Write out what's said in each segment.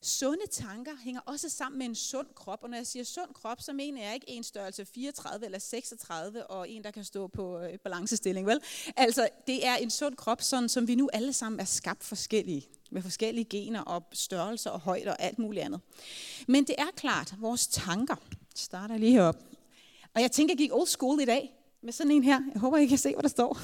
Sunde tanker hænger også sammen med en sund krop, og når jeg siger sund krop, så mener jeg ikke en størrelse 34 eller 36, og en, der kan stå på balancestilling, vel? Altså, det er en sund krop, sådan som vi nu alle sammen er skabt forskellige, med forskellige gener og størrelser og højder og alt muligt andet. Men det er klart, vores tanker starter lige herop. Og jeg tænker, jeg gik old school i dag med sådan en her. Jeg håber, I kan se, hvad der står.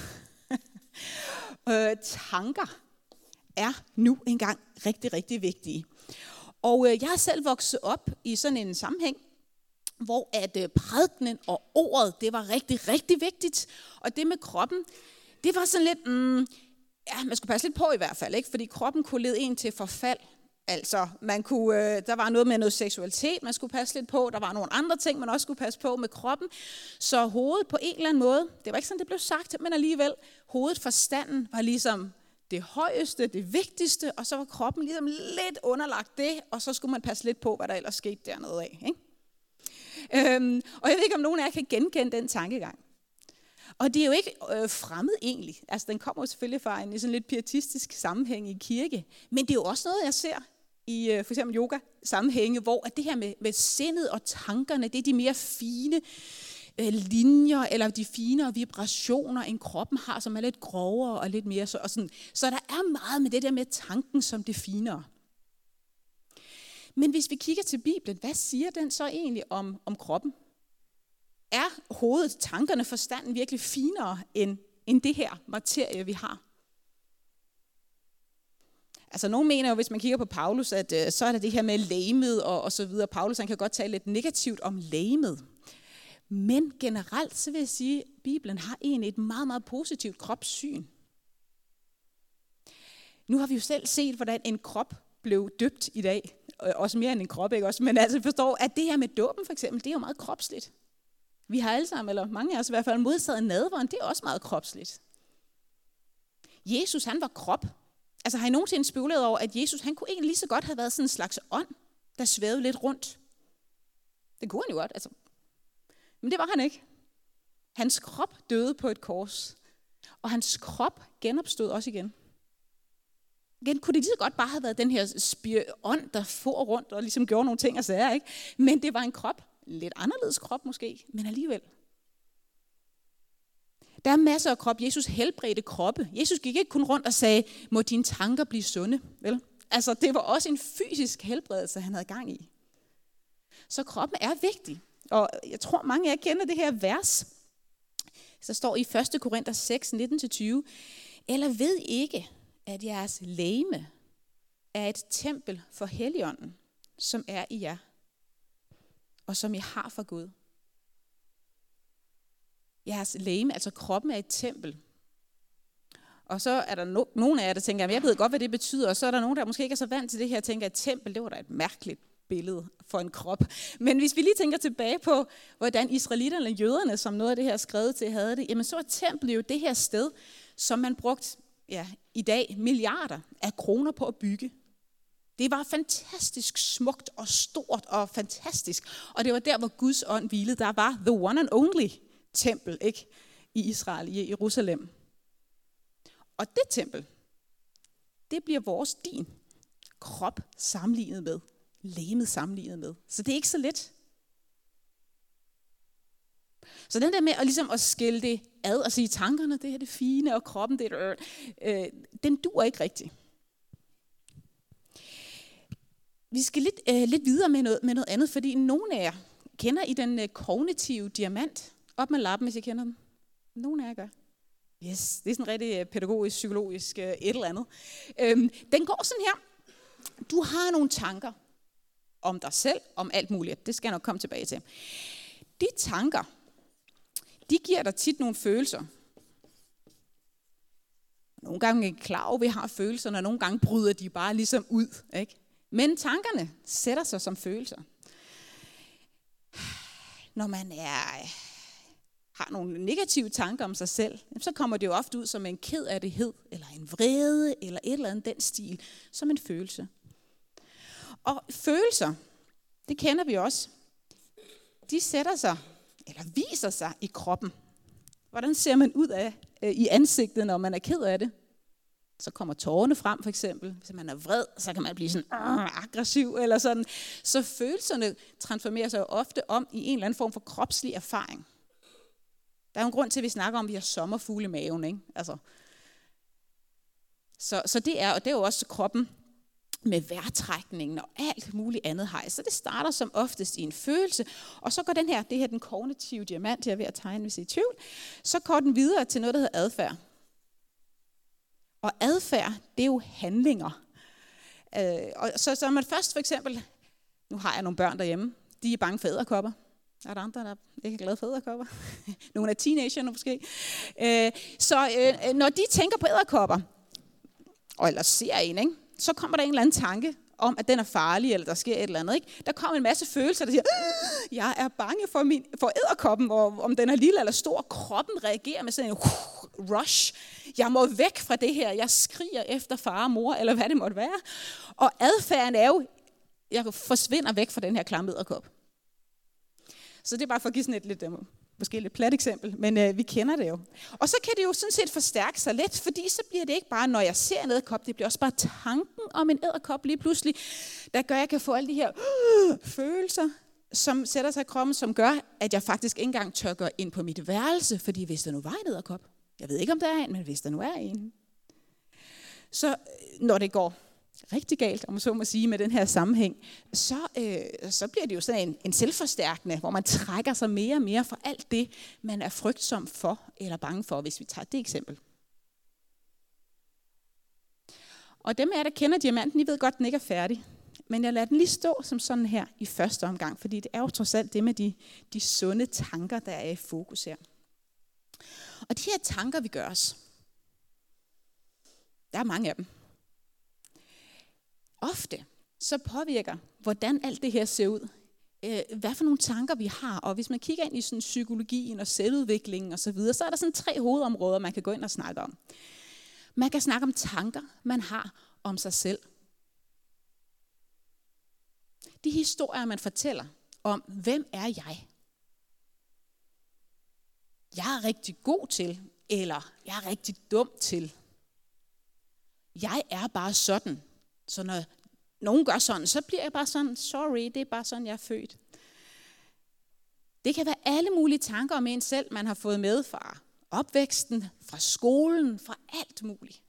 Tanker er nu engang rigtig, rigtig vigtige. Og jeg har selv vokset op i sådan en sammenhæng, hvor at prædikenen og ordet, det var rigtig, rigtig vigtigt. Og det med kroppen, det var sådan lidt, man skulle passe lidt på i hvert fald, ikke? Fordi kroppen kunne lede en til forfald. Altså, der var noget med noget seksualitet, man skulle passe lidt på. Der var nogle andre ting, man også skulle passe på med kroppen. Så hovedet på en eller anden måde, det var ikke sådan, det blev sagt, men alligevel, hovedet, forstanden var ligesom det højeste, det vigtigste, og så var kroppen ligesom lidt underlagt det, og så skulle man passe lidt på, hvad der ellers skete dernede af. Ikke? Og jeg ved ikke, om nogen af jer kan genkende den tankegang. Og det er jo ikke fremmed egentlig. Altså, den kommer jo selvfølgelig fra en sådan lidt pietistisk sammenhæng i kirke. Men det er jo også noget, jeg ser i for eksempel yoga-sammenhænge, hvor at det her med sindet og tankerne, det er de mere fine linjer, eller de finere vibrationer, end kroppen har, som er lidt grovere og lidt mere sådan. Så der er meget med det der med tanken som det finere. Men hvis vi kigger til Bibelen, hvad siger den så egentlig om kroppen? Er hovedet, tankerne, forstanden virkelig finere end det her materie, vi har? Altså, nogen mener jo, hvis man kigger på Paulus, at så er det her med legemet og så videre. Paulus, han kan godt tale lidt negativt om legemet. Men generelt, så vil jeg sige, at Bibelen har egentlig et meget, meget positivt kropssyn. Nu har vi jo selv set, hvordan en krop blev døbt i dag. Også mere end en krop, ikke også? Men altså forstår, at det her med dåben for eksempel, det er jo meget kropsligt. Vi har alle sammen, eller mange af os i hvert fald, modtaget nadveren, det er også meget kropsligt. Jesus, han var krop. Altså har I nogensinde spekuleret over, at Jesus, han kunne egentlig lige så godt have været sådan en slags ånd, der svævede lidt rundt? Det kunne han jo godt, altså. Men det var han ikke. Hans krop døde på et kors, og hans krop genopstod også igen. Igen kunne det lige så godt bare have været den her ånd, der for rundt og ligesom gjorde nogle ting og sager, ikke? Men det var en krop. Lidt anderledes krop måske, men alligevel. Der er masser af krop. Jesus helbredte kroppe. Jesus gik ikke kun rundt og sagde, må dine tanker blive sunde. Vel? Altså, det var også en fysisk helbredelse, han havde gang i. Så kroppen er vigtig. Og jeg tror, mange af jer kender det her vers. Så står i 1. Korinther 6, 19-20. Eller ved ikke, at jeres legeme er et tempel for Helligånden, som er i jer, og som I har fra Gud. Jeres legeme, altså kroppen, er et tempel. Og så er der nogen af jer, der tænker, jeg ved godt, hvad det betyder, og så er der nogen, der måske ikke er så vant til det her, og tænker, at et tempel, det var da et mærkeligt billede for en krop. Men hvis vi lige tænker tilbage på, hvordan israelitterne og jøderne, som noget af det her skrevet til, havde det, jamen så er templet jo det her sted, som man brugte i dag milliarder af kroner på at bygge. Det var fantastisk smukt og stort og fantastisk. Og det var der, hvor Guds ånd hvilede. Der var the one and only tempel, ikke? I Israel, i Jerusalem. Og det tempel, det bliver din krop sammenlignet med. Legemet sammenlignet med. Så det er ikke så let. Så den der med at skille det ad og sige, tankerne, det er det fine, og kroppen, det er den dur ikke rigtigt. Vi skal lidt videre med noget andet, fordi nogle af jer kender I den kognitive diamant. Op med lappen, hvis I kender den. Nogle af jer gør. Yes, det er sådan rigtig pædagogisk, psykologisk et eller andet. Den går sådan her. Du har nogle tanker om dig selv, om alt muligt. Det skal jeg nok komme tilbage til. De tanker, de giver dig tit nogle følelser. Nogle gange er vi klar over, at vi har følelserne, og nogle gange bryder de bare ligesom ud, ikke? Men tankerne sætter sig som følelser. Når man har nogle negative tanker om sig selv, så kommer det jo ofte ud som en kedsomhed, eller en vrede, eller et eller andet den stil, som en følelse. Og følelser, det kender vi også, de sætter sig, eller viser sig i kroppen. Hvordan ser man ud af i ansigtet, når man er ked af det? Så kommer tårerne frem for eksempel. Hvis man er vred, så kan man blive sådan aggressiv eller sådan. Så følelserne transformerer sig jo ofte om i en eller anden form for kropslig erfaring. Der er jo en grund til, at vi snakker om, at vi har sommerfugle i maven, ikke? Altså. Så det er jo også kroppen med vejrtrækningen og alt muligt andet hej. Så det starter som oftest i en følelse, og så går det her den kognitive diamant, jeg er ved at tegne, hvis I er i tvivl, så går den videre til noget, der hedder adfærd. Og adfærd, det er jo handlinger. Og så man først for eksempel, nu har jeg nogle børn derhjemme, de er bange for edderkopper. Er der andre, der ikke er glade for edderkopper? Nogle af teenagerne måske. Når de tænker på edderkopper, eller ser en, ikke? Så kommer der en eller anden tanke om, at den er farlig, eller der sker et eller andet. Ikke? Der kommer en masse følelser, der siger, jeg er bange for edderkoppen, og om den er lille eller stor. Kroppen reagerer med sådan en rush. Jeg må væk fra det her. Jeg skriger efter far og mor, eller hvad det måtte være. Og adfærden er jo, jeg forsvinder væk fra den her klamme edderkop. Så det er bare for at give sådan et lidt plat eksempel, men vi kender det jo. Og så kan det jo sådan set forstærke sig lidt, fordi så bliver det ikke bare, når jeg ser en edderkop, det bliver også bare tanken om en edderkop lige pludselig, der gør, at jeg kan få alle de her følelser, som sætter sig i kroppen, som gør, at jeg faktisk ikke engang tør gå ind på mit værelse, fordi hvis der nu var en edderkop, jeg ved ikke, om der er en, men hvis der nu er en. Så når det går rigtig galt, om man så må sige, med den her sammenhæng, så bliver det jo sådan en selvforstærkende, hvor man trækker sig mere og mere fra alt det, man er frygtsom for eller bange for, hvis vi tager det eksempel. Og dem af jer, der kender diamanten, I ved godt, den ikke er færdig. Men jeg lader den lige stå som sådan her i første omgang, fordi det er jo trods alt det med de sunde tanker, der er i fokus her. Og de her tanker, vi gør os, der er mange af dem. Ofte så påvirker, hvordan alt det her ser ud, hvad for nogle tanker vi har. Og hvis man kigger ind i sådan psykologien og selvudviklingen osv., så er der sådan 3 hovedområder, man kan gå ind og snakke om. Man kan snakke om tanker, man har om sig selv. De historier, man fortæller om, hvem er jeg? Jeg er rigtig god til, eller jeg er rigtig dum til. Jeg er bare sådan. Så når nogen gør sådan, så bliver jeg bare sådan, sorry, det er bare sådan, jeg er født. Det kan være alle mulige tanker om en selv, man har fået med fra opvæksten, fra skolen, fra alt muligt.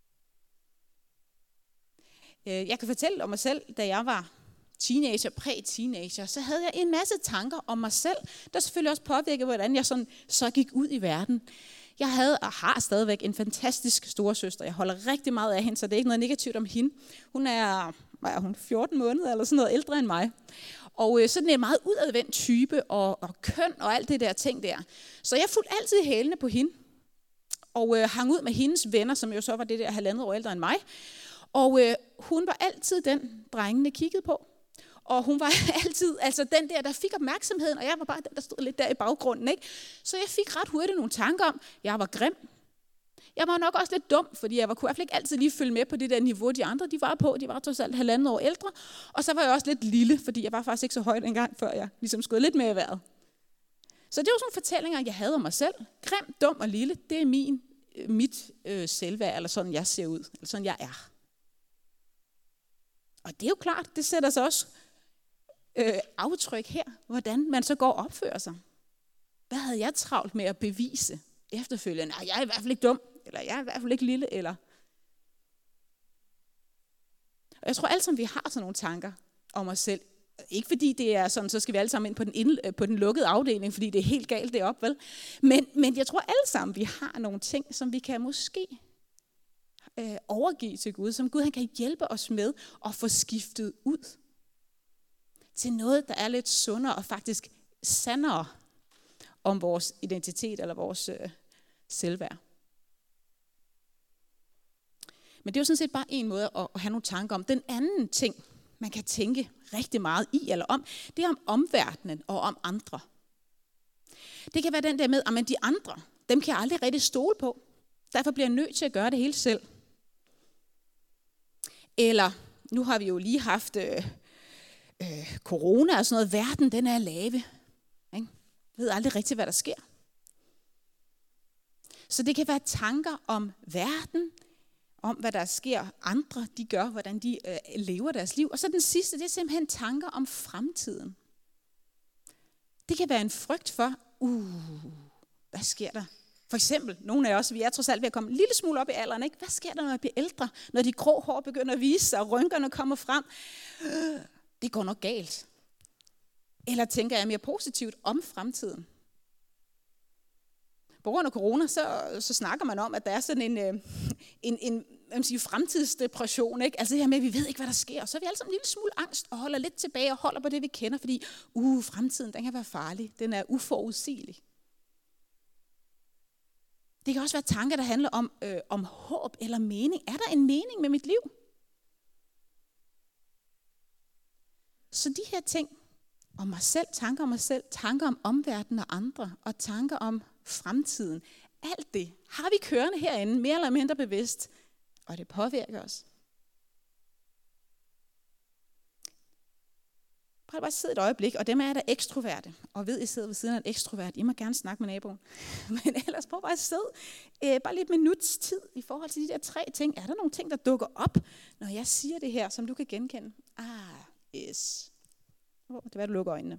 Jeg kan fortælle om mig selv, da jeg var teenager, præ-teenager, så havde jeg en masse tanker om mig selv, der selvfølgelig også påvirkede, hvordan jeg så gik ud i verden. Jeg havde og har stadigvæk en fantastisk storesøster. Jeg holder rigtig meget af hende, så det er ikke noget negativt om hende. Hun er 14 måneder eller sådan noget ældre end mig. Og sådan en meget udadvendt type og køn og alt det der ting der. Så jeg fulgte altid hælene på hende. Og hang ud med hendes venner, som jo så var det der 1,5 år ældre end mig. Og hun var altid den, drengene kiggede på. Og hun var altid altså den der fik opmærksomheden, og jeg var bare den, der stod lidt der i baggrunden. Ikke? Så jeg fik ret hurtigt nogle tanker om, jeg var grim. Jeg var nok også lidt dum, fordi jeg kunne i hvert fald ikke altid lige følge med på det der niveau, de andre de var på. De var trods alt 1,5 år ældre. Og så var jeg også lidt lille, fordi jeg var faktisk ikke så højt engang, før jeg ligesom skød lidt mere i vejret. Så det var sådan fortællinger, jeg havde om mig selv. Grim, dum og lille, det er mit selvværd, eller sådan jeg ser ud, eller sådan jeg er. Og det er jo klart, det sætter sig også aftryk her, hvordan man så går og opfører sig. Hvad havde jeg travlt med at bevise efterfølgende? Jeg er i hvert fald ikke dum, eller jeg er i hvert fald ikke lille, eller... Og jeg tror alle sammen, vi har sådan nogle tanker om os selv. Ikke fordi det er sådan, så skal vi alle sammen ind på den lukkede afdeling, fordi det er helt galt deroppe, vel? Men jeg tror alle sammen, vi har nogle ting, som vi kan måske overgive til Gud, som Gud han kan hjælpe os med at få skiftet ud til noget, der er lidt sundere og faktisk sandere om vores identitet eller vores selvværd. Men det er jo sådan set bare en måde at have nogle tanker om. Den anden ting, man kan tænke rigtig meget i eller om, det er om omverdenen og om andre. Det kan være den der med, at de andre, dem kan jeg aldrig rigtig stole på. Derfor bliver jeg nødt til at gøre det hele selv. Eller, nu har vi jo lige haft corona og sådan noget. Verden, den er lave. Ikke? Jeg ved aldrig rigtigt, hvad der sker. Så det kan være tanker om verden, om, hvad der sker andre, de gør, hvordan de lever deres liv. Og så den sidste, det er simpelthen tanker om fremtiden. Det kan være en frygt for, hvad sker der? For eksempel, nogle af os, vi er trods alt ved at komme en lille smule op i alderen, ikke? Hvad sker der, når jeg bliver ældre? Når de grå hår begynder at vise sig, og rynkerne kommer frem? Det går nok galt. Eller tænker jeg mere positivt om fremtiden? På grund af corona, så snakker man om, at der er sådan en fremtidsdepression. Ikke? Altså det her med, at vi ved ikke, hvad der sker. Og så er vi alle sammen en lille smule angst og holder lidt tilbage og holder på det, vi kender. Fordi fremtiden, den kan være farlig. Den er uforudsigelig. Det kan også være tanker, der handler om håb eller mening. Er der en mening med mit liv? Så de her ting om mig selv, tanker om omverdenen og andre, og tanker om fremtiden. Alt det har vi kørende herinde, mere eller mindre bevidst, og det påvirker os. Prøv bare at sidde et øjeblik, og dem er der ekstroverte, og ved, I sidder ved siden af en ekstrovert. I må gerne snakke med naboen. Men ellers prøv bare at sidde bare lidt minuts tid i forhold til de der 3 ting. Er der nogle ting, der dukker op, når jeg siger det her, som du kan genkende? Yes. Det var, du lukker øjnene.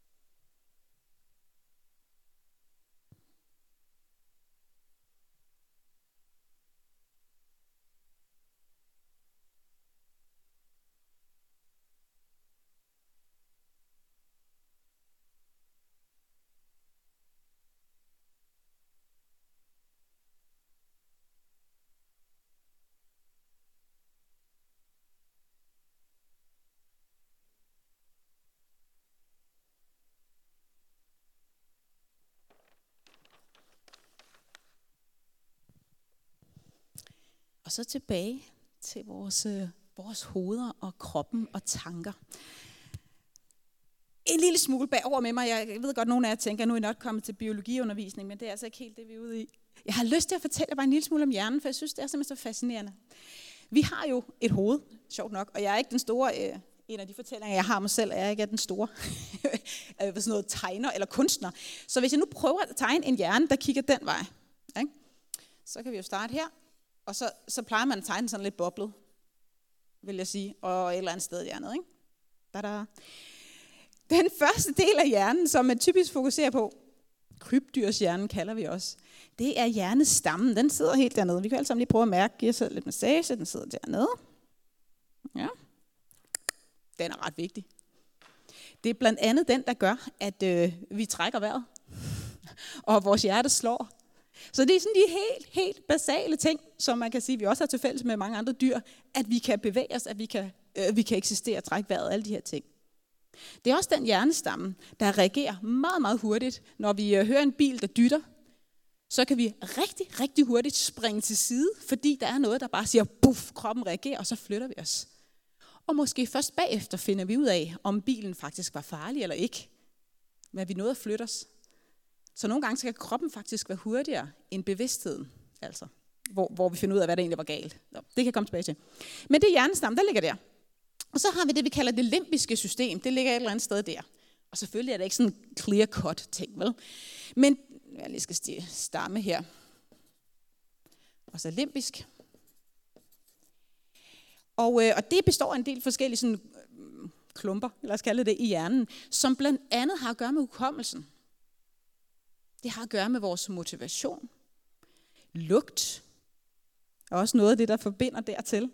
Og så tilbage til vores hoveder og kroppen og tanker. En lille smule bagover med mig. Jeg ved godt, nogle af jer tænker, at nu er I nok kommet til biologiundervisning, men det er altså ikke helt det, vi er ude i. Jeg har lyst til at fortælle jer bare en lille smule om hjernen, for jeg synes, det er simpelthen så fascinerende. Vi har jo et hoved, sjovt nok, og jeg er ikke den store, en af de fortællinger, jeg har om mig selv, er ikke den store sådan noget tegner eller kunstner. Så hvis jeg nu prøver at tegne en hjerne, der kigger den vej, ikke? Så kan vi jo starte her. Og så plejer man at tegne sådan lidt boblet, vil jeg sige, og et eller andet sted dernede, ikke? Tada. Den første del af hjernen, som man typisk fokuserer på, krybdyrshjernen kalder vi også, det er hjernestammen. Den sidder helt dernede. Vi kan alle sammen lige prøve at mærke, give os lidt massage, den sidder dernede. Ja. Den er ret vigtig. Det er blandt andet den, der gør, at vi trækker vejret, og vores hjerte slår. Så det er sådan de helt basale ting, som man kan sige, vi også har til fælles med mange andre dyr, at vi kan bevæge os, at vi kan eksistere, trække vejret, alle de her ting. Det er også den hjernestamme, der reagerer meget, meget hurtigt. Når vi hører en bil, der dytter, så kan vi rigtig, rigtig hurtigt springe til side, fordi der er noget, der bare siger, buff, kroppen reagerer, og så flytter vi os. Og måske først bagefter finder vi ud af, om bilen faktisk var farlig eller ikke. Men vi nåede at flytte os. Så nogle gange så kan kroppen faktisk være hurtigere end bevidstheden, altså, hvor vi finder ud af, hvad der egentlig var galt. Det kan jeg komme tilbage til. Men det hjernestammen, der ligger der. Og så har vi det, vi kalder det limbiske system. Det ligger et eller andet sted der. Og selvfølgelig er det ikke sådan en clear-cut ting, vel? Men jeg lige skal stamme her. Og så limbisk. Og det består af en del forskellige sådan, klumper, lad os kalde det, i hjernen, som blandt andet har at gøre med hukommelsen. Det har at gøre med vores motivation, lugt, og også noget af det, der forbinder dertil.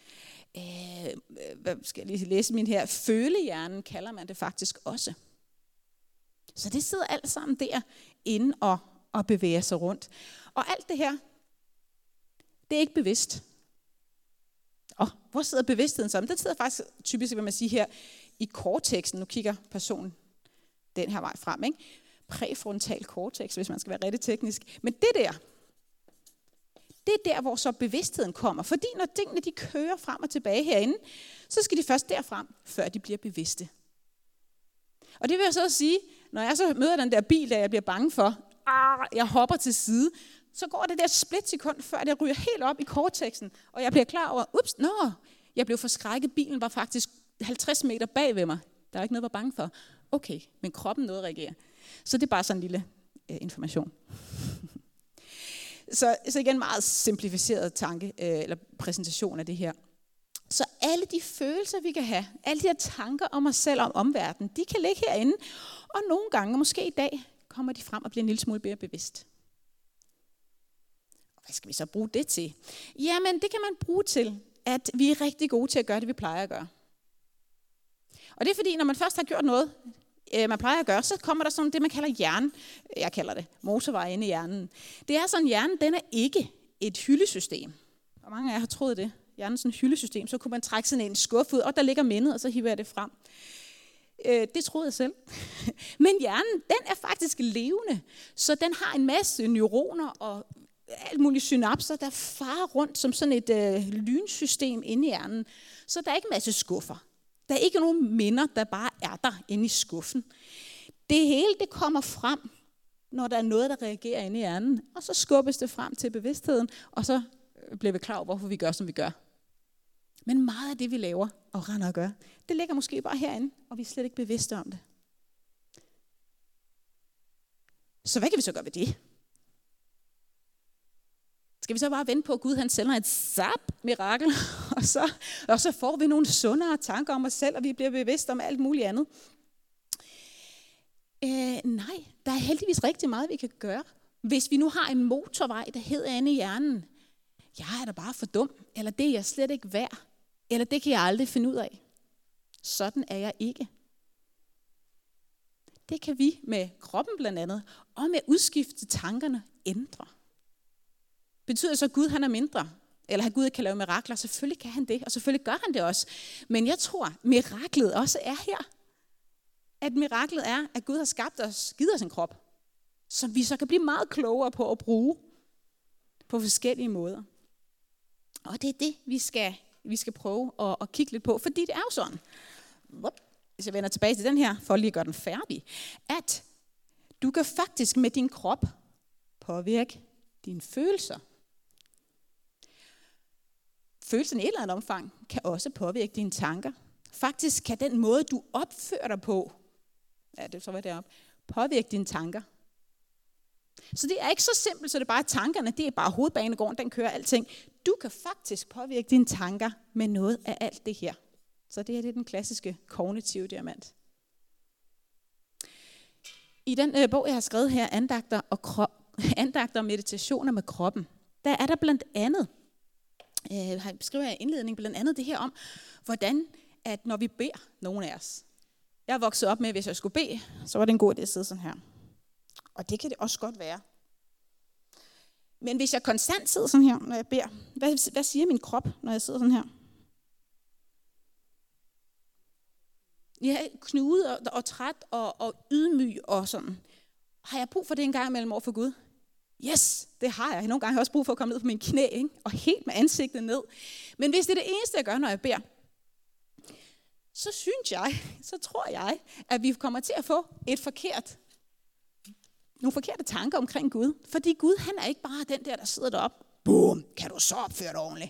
Hvad skal jeg lige læse min her? Følehjernen kalder man det faktisk også. Så det sidder alt sammen derinde og bevæger sig rundt. Og alt det her, det er ikke bevidst. Og hvor sidder bevidstheden så? Den sidder faktisk typisk, vil man sige her, i cortexen. Nu kigger personen den her vej frem, ikke? Præfrontal cortex, hvis man skal være rigtig teknisk. Men det er der, hvor så bevidstheden kommer. Fordi når tingene de kører frem og tilbage herinde, så skal de først derfrem, før de bliver bevidste. Og det vil jeg så sige, når jeg så møder den der bil, der jeg bliver bange for, jeg hopper til side, så går det der splitsekund, før det ryger helt op i cortexen, og jeg bliver klar over, jeg blev forskrækket, bilen var faktisk 50 meter bag ved mig. Der er ikke noget, jeg var bange for. Okay, men kroppen nåede at reagere. Så det er bare sådan en lille information. Så igen meget simplificeret tanke, eller præsentation af det her. Så alle de følelser, vi kan have, alle de her tanker om os selv og om omverdenen, de kan ligge herinde, og nogle gange, måske i dag, kommer de frem og bliver en lille smule mere bevidst. Hvad skal vi så bruge det til? Jamen, det kan man bruge til, at vi er rigtig gode til at gøre det, vi plejer at gøre. Og det er fordi, når man først har gjort noget, man plejer at gøre, så kommer der sådan det, man kalder hjernen. Jeg kalder det motorvej inde i hjernen. Det er sådan, hjernen, den er ikke et hyldesystem. Og mange af jer har troet det. Hjernen er sådan et hyldesystem, så kunne man trække sådan en skuffe ud, og der ligger mindet, og så hiver jeg det frem. Det troede jeg selv. Men hjernen, den er faktisk levende, så den har en masse neuroner og alt mulige synapser, der farer rundt som sådan et lynsystem inde i hjernen. Så der er ikke en masse skuffer. Der er ikke nogen minder, der bare er der inde i skuffen. Det hele, det kommer frem, når der er noget, der reagerer inde i hjernen, og så skubbes det frem til bevidstheden, og så bliver vi klar over, hvorfor vi gør, som vi gør. Men meget af det, vi laver og render og gør, det ligger måske bare herinde, og vi er slet ikke bevidste om det. Så hvad kan vi så gøre ved det? Skal vi så bare vente på, at Gud han sender et zap-mirakel, og så får vi nogle sundere tanker om os selv, og vi bliver bevidste om alt muligt andet? Nej, der er heldigvis rigtig meget, vi kan gøre. Hvis vi nu har en motorvej, der hedder inde i hjernen, jeg er da bare for dum, eller det er jeg slet ikke værd, eller det kan jeg aldrig finde ud af. Sådan er jeg ikke. Det kan vi med kroppen blandt andet, og med udskifte tankerne ændre. Betyder det så, at Gud han er mindre? Eller at Gud ikke kan lave mirakler? Selvfølgelig kan han det, og selvfølgelig gør han det også. Men jeg tror, miraklet også er her. At miraklet er, at Gud har skabt os, givet os en krop, som vi så kan blive meget klogere på at bruge på forskellige måder. Og det er det, vi skal prøve at kigge lidt på, fordi det er jo sådan, hvis jeg vender tilbage til den her, for lige at gøre den færdig, at du kan faktisk med din krop påvirke dine følelser. Følelsen i et eller andet omfang kan også påvirke dine tanker. Faktisk kan den måde, du opfører dig på, påvirke dine tanker. Så det er ikke så simpelt, så det er bare tankerne, det er bare hovedbanegården, den kører alting. Du kan faktisk påvirke dine tanker med noget af alt det her. Så det her det er den klassiske kognitive diamant. I den bog, jeg har skrevet her, andagter og meditationer med kroppen, der er der blandt andet, beskriver jeg i indledningen, blandt andet det her om, hvordan at når vi beder nogen af os. Jeg er vokset op med, at hvis jeg skulle bede, så var det en god idé at sidde sådan her. Og det kan det også godt være. Men hvis jeg konstant sidder sådan her, når jeg beder, hvad siger min krop, når jeg sidder sådan her? Jeg er knudet og træt og ydmyg og sådan. Har jeg brug for det en gang imellem over for Gud? Yes, det har jeg. Nogle gange har jeg også brug for at komme ned på mine knæ, ikke? Og helt med ansigtet ned. Men hvis det er det eneste, jeg gør, når jeg beder, så tror jeg, at vi kommer til at få nogle forkerte tanker omkring Gud. Fordi Gud, han er ikke bare den der sidder deroppe. Boom, kan du så opføre dig ordentligt?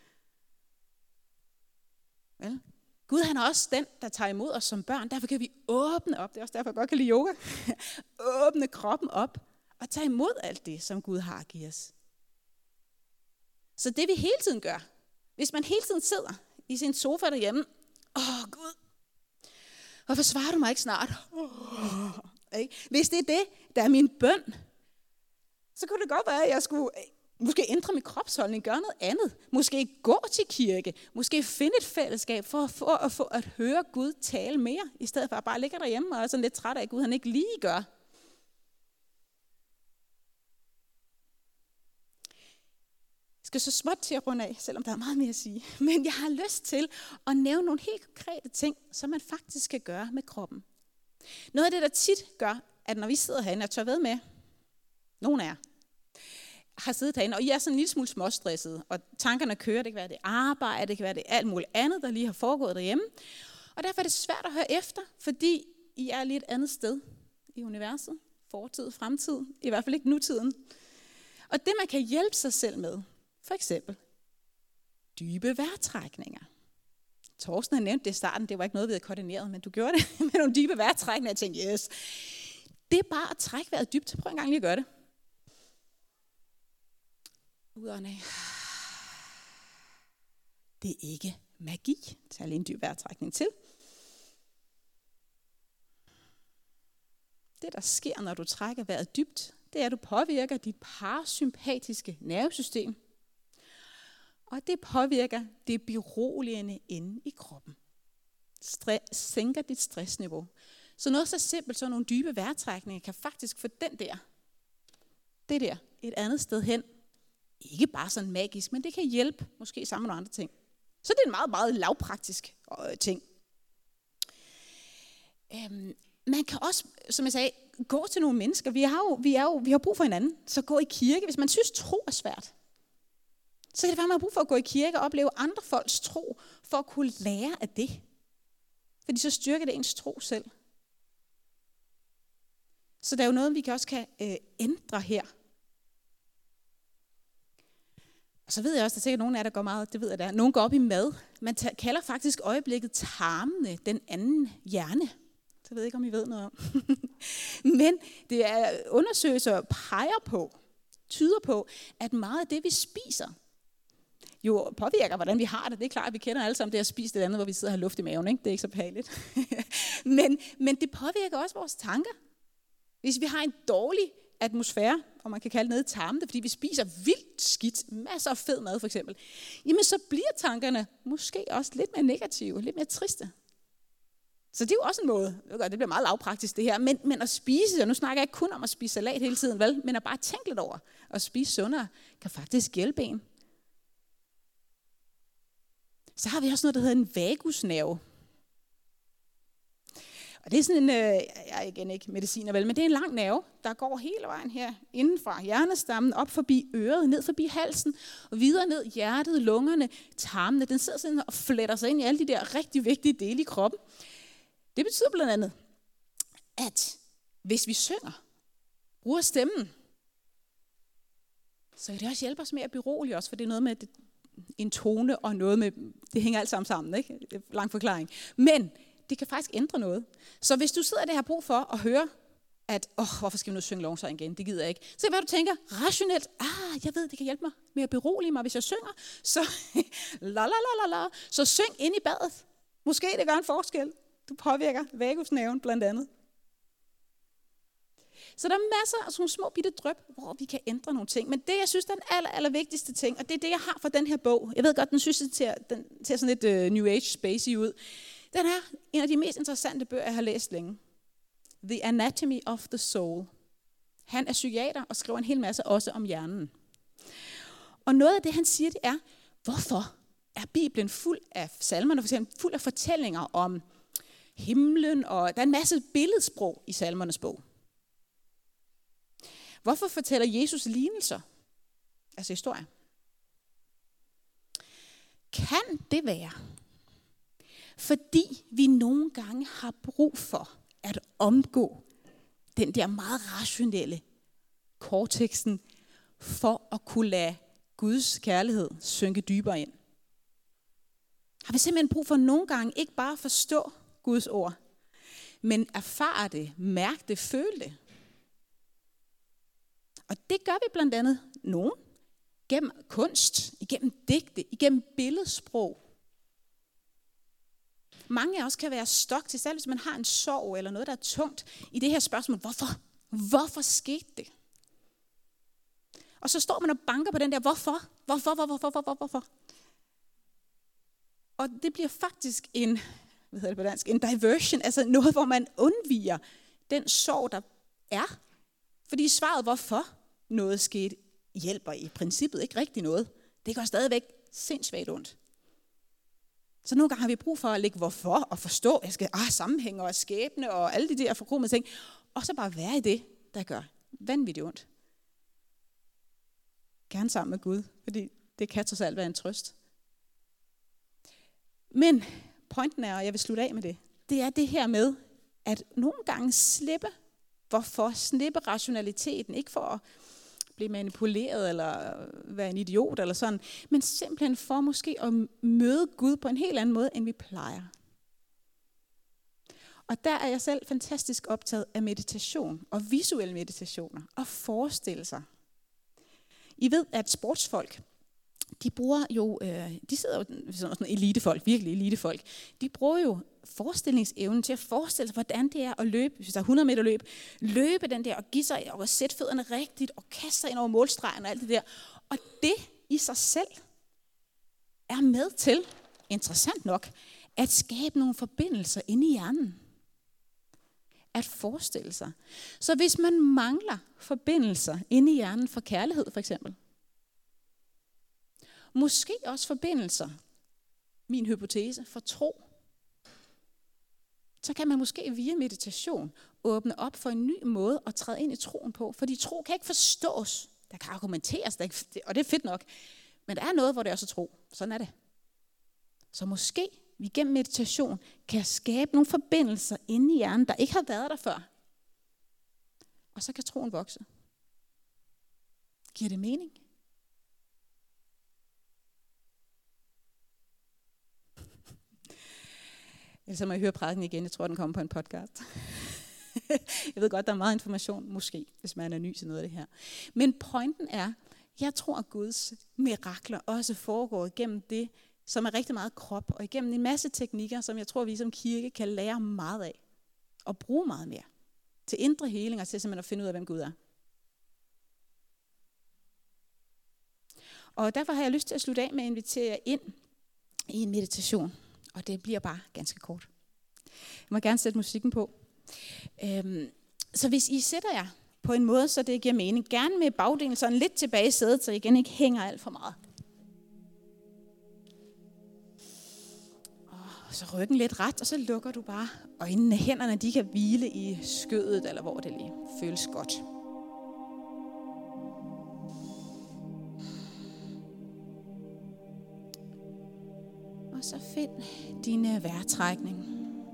Vel? Gud, han er også den, der tager imod os som børn. Derfor kan vi åbne op. Det er også derfor, jeg godt kan lide yoga. Åbne kroppen op og tage imod alt det, som Gud har givet os. Så det vi hele tiden gør, hvis man hele tiden sidder i sin sofa derhjemme, Gud, hvorfor svarer du mig ikke snart? Hvis det er det, der er min bøn, så kunne det godt være, at jeg skulle måske ændre min kropsholdning, gøre noget andet. Måske gå til kirke, måske finde et fællesskab for at høre Gud tale mere, i stedet for at bare ligge derhjemme og er sådan lidt træt af, at Gud han ikke lige gør. Jeg skal så småt til at runde af, selvom der er meget mere at sige. Men jeg har lyst til at nævne nogle helt konkrete ting, som man faktisk kan gøre med kroppen. Noget af det, der tit gør, at når vi sidder herinde, og tør ved med, nogle af jer har siddet herinde, og I er sådan en lille smule småstressede, og tankerne kører, det kan være det arbejde, det kan være det alt muligt andet, der lige har foregået derhjemme. Og derfor er det svært at høre efter, fordi I er lige et andet sted i universet, fortid, fremtid, i hvert fald ikke nutiden. Og det, man kan hjælpe sig selv med, for eksempel dybe vejrtrækninger. Torsten har nævnt det i starten, det var ikke noget, vi havde koordineret, men du gjorde det med nogle dybe vejrtrækninger. Jeg tænkte, yes, det er bare at trække vejret dybt. Prøv en gang lige at gøre det. Udånding. Det er ikke magi. Tag lige en dyb vejrtrækning til. Det, der sker, når du trækker vejret dybt, det er, at du påvirker dit parasympatiske nervesystem. Og det påvirker det beroligende inde i kroppen. Sænker dit stressniveau. Så noget så simpelt som nogle dybe vejrtrækninger kan faktisk få det der et andet sted hen. Ikke bare sådan magisk, men det kan hjælpe måske sammen med nogle andre ting. Så det er en meget, meget lavpraktisk ting. Man kan også, som jeg sagde, gå til nogle mennesker. Vi har brug for hinanden. Så gå i kirke. Hvis man synes, tro er svært, så kan det være, man har brug for at gå i kirke og opleve andre folks tro, for at kunne lære af det. Fordi så styrker det ens tro selv. Så der er jo noget, vi også kan ændre her. Og så ved jeg også, at der er sikkert nogen af jer, der går meget, det ved jeg der. Nogen går op i mad. Man kalder faktisk øjeblikket tarmene den anden hjerne. Så jeg ved ikke, om I ved noget om. Men det er undersøgelser tyder på, at meget af det, vi spiser, jo påvirker, hvordan vi har det. Det er klart, at vi kender alle sammen det at spise det andet, hvor vi sidder og har luft i maven. Ikke? Det er ikke så behageligt. men det påvirker også vores tanker. Hvis vi har en dårlig atmosfære, og man kan kalde det nede i tarmen, fordi vi spiser vildt skidt, masser af fed mad for eksempel, jamen så bliver tankerne måske også lidt mere negative, lidt mere triste. Så det er jo også en måde, det bliver meget lavpraktisk det her, men at spise, og nu snakker jeg ikke kun om at spise salat hele tiden, vel, men at bare tænke lidt over, at spise sundere, kan faktisk hjælpe en. Så har vi også noget, der hedder en vagusnerve. Og det er sådan en, jeg er igen ikke mediciner vel, men det er en lang nerve, der går hele vejen her, inden fra hjernestammen, op forbi øret, ned forbi halsen, og videre ned hjertet, lungerne, tarmene. Den sidder sådan og fletter sig ind i alle de der rigtig vigtige dele i kroppen. Det betyder blandt andet, at hvis vi synger, bruger stemmen, så kan det også hjælpe os med at berolige os, for det er noget med en tone og noget med, det hænger alt sammen, ikke? Det er en lang forklaring. Men det kan faktisk ændre noget. Så hvis du sidder der og har brug for at høre, at hvorfor skal vi nu synge lovsang igen? Det gider jeg ikke. Så hvad du tænker, rationelt, jeg ved, det kan hjælpe mig med at berolige mig, hvis jeg synger. Så så syng ind i badet. Måske det gør en forskel. Du påvirker vagusnerven blandt andet. Så der er masser af sådan små bitte dryp, hvor vi kan ændre nogle ting. Men det, jeg synes, er den aller vigtigste ting, og det er det, jeg har for den her bog. Jeg ved godt, den synes, den ser sådan lidt New Age spacey ud. Den er en af de mest interessante bøger, jeg har læst længe. The Anatomy of the Soul. Han er psykiater og skriver en hel masse også om hjernen. Og noget af det, han siger, det er, hvorfor er Bibelen fuld af salmerne, for eksempel fuld af fortællinger om himlen, og der er en masse billedsprog i salmernes bog. Hvorfor fortæller Jesus lignelser? Altså historier. Kan det være, fordi vi nogle gange har brug for at omgå den der meget rationelle korteksten, for at kunne lade Guds kærlighed synke dybere ind? Har vi simpelthen brug for nogle gange ikke bare at forstå Guds ord, men erfare det, mærke det, føle det? Og det gør vi blandt andet nogen gennem kunst, igennem digte, igennem billedsprog. Mange af os kan være stok til, selv hvis man har en sorg eller noget, der er tungt i det her spørgsmål. Hvorfor? Hvorfor skete det? Og så står man og banker på den der, hvorfor? Hvorfor? Og det bliver faktisk en diversion, altså noget, hvor man undviger den sorg, der er. Fordi svaret, hvorfor noget skete, hjælper i princippet ikke rigtig noget. Det går stadigvæk sindssygt ondt. Så nogle gange har vi brug for at lægge hvorfor og forstå, at jeg skal sammenhænge og skæbne og alle de der forkromede ting. Og så bare være i det, der gør vanvittigt ondt. Gerne sammen med Gud, fordi det kan trods alt være en trøst. Men pointen er, og jeg vil slutte af med det, det er det her med, at nogle gange slippe rationaliteten, ikke for at blive manipuleret eller være en idiot eller sådan, men simpelthen for måske at møde Gud på en helt anden måde, end vi plejer. Og der er jeg selv fantastisk optaget af meditation og visuelle meditationer og forestille sig. I ved, at sportsfolk, de bruger jo, de sidder jo sådan elitefolk, virkelig elitefolk, de bruger jo forestillingsevnen til at forestille sig, hvordan det er at løbe, hvis der er 100 meter løbe den der og give sig og sætte fødderne rigtigt og kaste sig ind over målstregen og alt det der. Og det i sig selv er med til, interessant nok, at skabe nogle forbindelser inde i hjernen. At forestille sig. Så hvis man mangler forbindelser inde i hjernen for kærlighed for eksempel, måske også forbindelser, min hypotese, for tro, så kan man måske via meditation åbne op for en ny måde at træde ind i troen på. Fordi tro kan ikke forstås. Der kan argumenteres, og det er fedt nok. Men der er noget, hvor det er også tro. Sådan er det. Så måske vi gennem meditation kan skabe nogle forbindelser inde i hjernen, der ikke har været der før. Og så kan troen vokse. Giver det mening? Ellers så må jeg høre prædiken igen. Jeg tror, den kommer på en podcast. Jeg ved godt, der er meget information, måske, hvis man er ny til noget af det her. Men pointen er, jeg tror, at Guds mirakler også foregår gennem det, som er rigtig meget krop, og igennem en masse teknikker, som jeg tror, vi som kirke kan lære meget af, og bruge meget mere, til indre heling, og til simpelthen at finde ud af, hvem Gud er. Og derfor har jeg lyst til at slutte af med at invitere jer ind i en meditation, og det bliver bare ganske kort. Jeg må gerne sætte musikken på. Så hvis I sætter jer på en måde, så det giver mening, gerne med bagdelen sådan lidt tilbage i sædet, så I igen ikke hænger alt for meget. Og så ryggen lidt ret, og så lukker du bare øjnene. Hænderne, de kan hvile i skødet, eller hvor det lige føles godt. Og så find din vejrtrækning.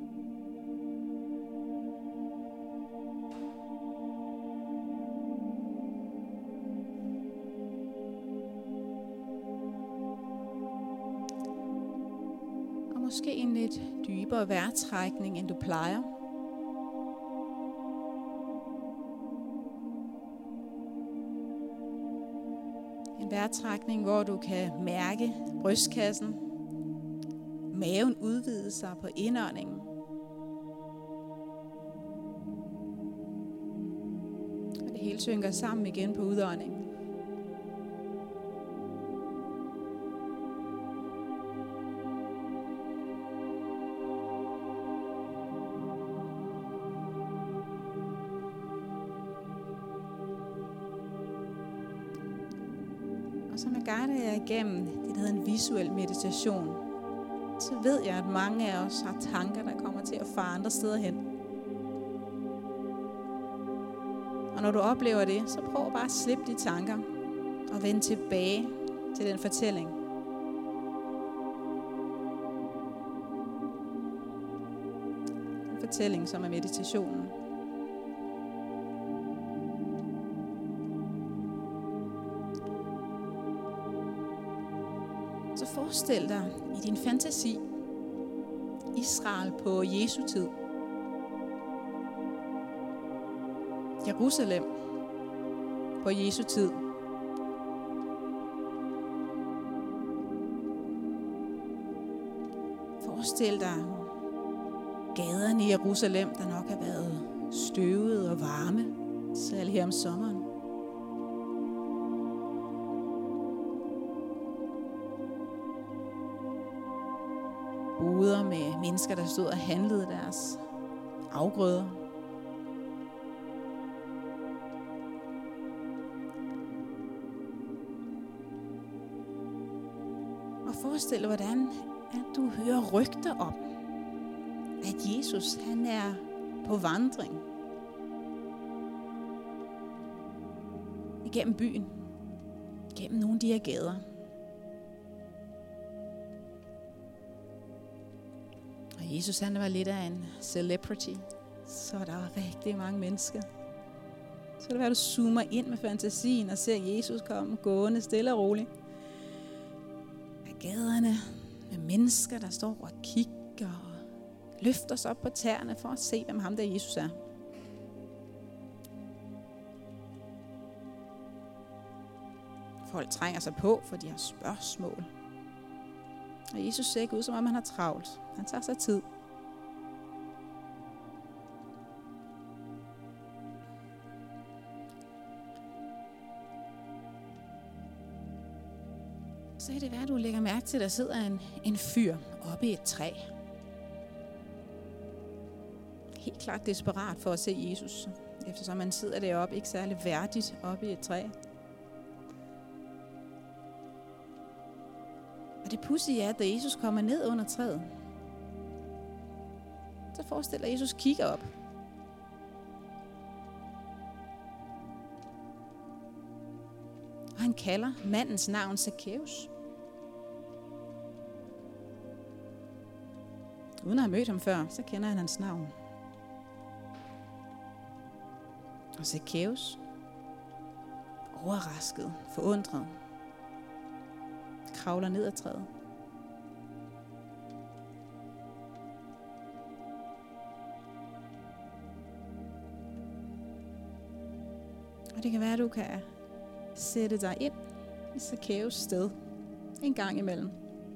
Måske en lidt dybere vejrtrækning, end du plejer. En vejrtrækning, hvor du kan mærke brystkassen, maven udvide sig på indåndingen. Og det hele synker sammen igen på udåndingen. Og så når jeg guider jer igennem det, der hedder en visuel meditation, så ved jeg, at mange af os har tanker, der kommer til at fare andre steder hen. Og når du oplever det, så prøv bare at slippe de tanker og vende tilbage til den fortælling. Den fortælling, som er meditationen. Så forestil dig i din fantasi Israel på Jesu tid. Jerusalem på Jesu tid. Forestil dig gaderne i Jerusalem, der nok har været støvede og varme, selv her om sommeren. Boder med mennesker, der stod og handlede deres afgrøder. Og forestil dig, hvordan at du hører rygter om, at Jesus han er på vandring igennem byen, gennem nogle af de her gader. Og Jesus han var lidt af en celebrity, så der var rigtig mange mennesker. Så det var, at du zoomer ind med fantasien og ser Jesus komme gående stille og roligt. Af gaderne med mennesker, der står og kigger og løfter sig op på tæerne for at se, hvem ham der Jesus er. Folk trænger sig på, for de har spørgsmål. Og Jesus ser ikke ud, som om han har travlt. Han tager sig tid. Så er det værd, at du lægger mærke til, at der sidder en fyr oppe i et træ. Helt klart desperat for at se Jesus, eftersom han sidder deroppe ikke særlig værdigt oppe i et træ. Og det pudsige er, at da Jesus kommer ned under træet, så forestiller at Jesus kigger op. Og han kalder mandens navn Zacchaeus. Uden at have mødt ham før, så kender han hans navn. Og Zacchaeus, overrasket, forundret, kravler ned ad træet. Og det kan være, at du kan sætte dig ind i Zacchaeus sted en gang imellem.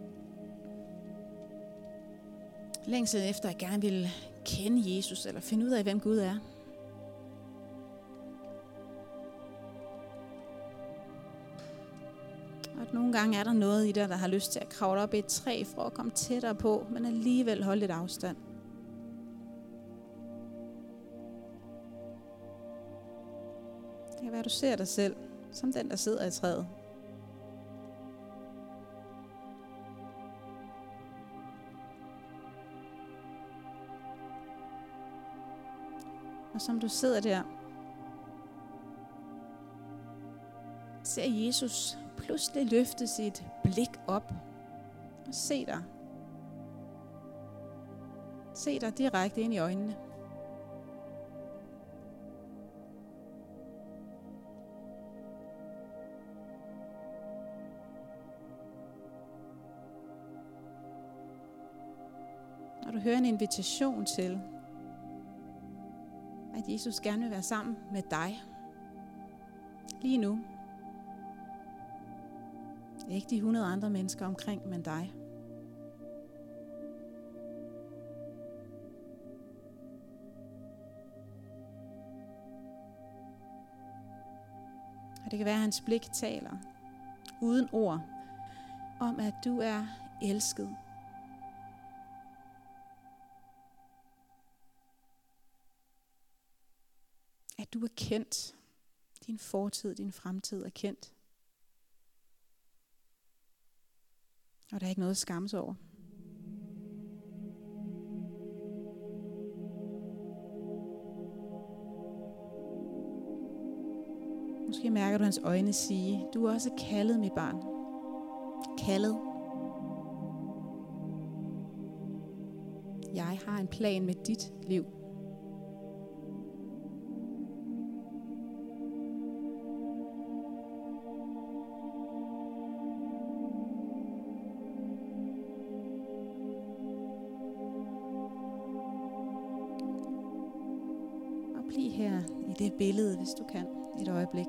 Længsel efter at gerne vil kende Jesus, eller finde ud af, hvem Gud er. Og nogle gange er der noget i dig, der har lyst til at kravle op i et træ for at komme tættere på, men alligevel holde lidt afstand. Det kan være, at du ser dig selv som den, der sidder i træet. Og som du sidder der, ser Jesus pludselig løfte sit blik op og se dig. Se dig direkte ind i øjnene. Og du hører en invitation til, at Jesus gerne vil være sammen med dig lige nu. Ikke de 100 andre mennesker omkring, men dig. Og det kan være, at hans blik taler uden ord om, at du er elsket. At du er kendt. Din fortid, din fremtid er kendt. Og der er ikke noget at skamme sig over. Måske mærker du hans øjne sige, du er også kaldet, mit barn. Kaldet. Jeg har en plan med dit liv. Bliv her i det billede, hvis du kan, et øjeblik.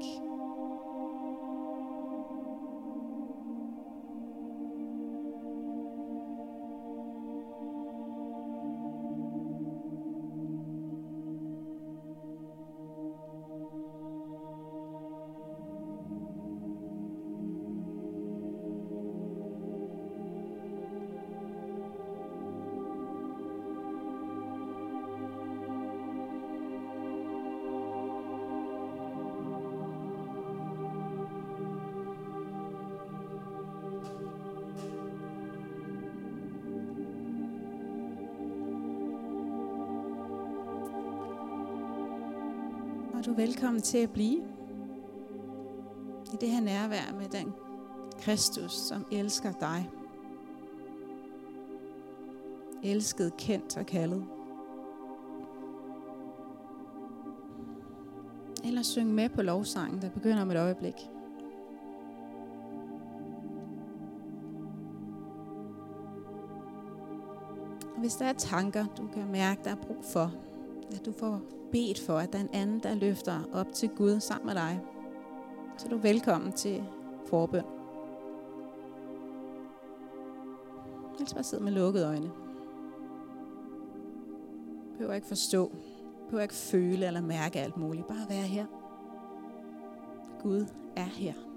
Du er velkommen til at blive i det her nærvær med den Kristus, som elsker dig. Elsket, kendt og kaldet. Eller syng med på lovsangen, der begynder om et øjeblik. Og hvis der er tanker, du kan mærke, der er brug for, at du får bedt for, at der er en anden, der løfter op til Gud sammen med dig, så er du velkommen til forbøn. Ellers bare sidde med lukkede øjne. Behøver ikke forstå. Behøver ikke føle eller mærke alt muligt. Bare være her. Gud er her.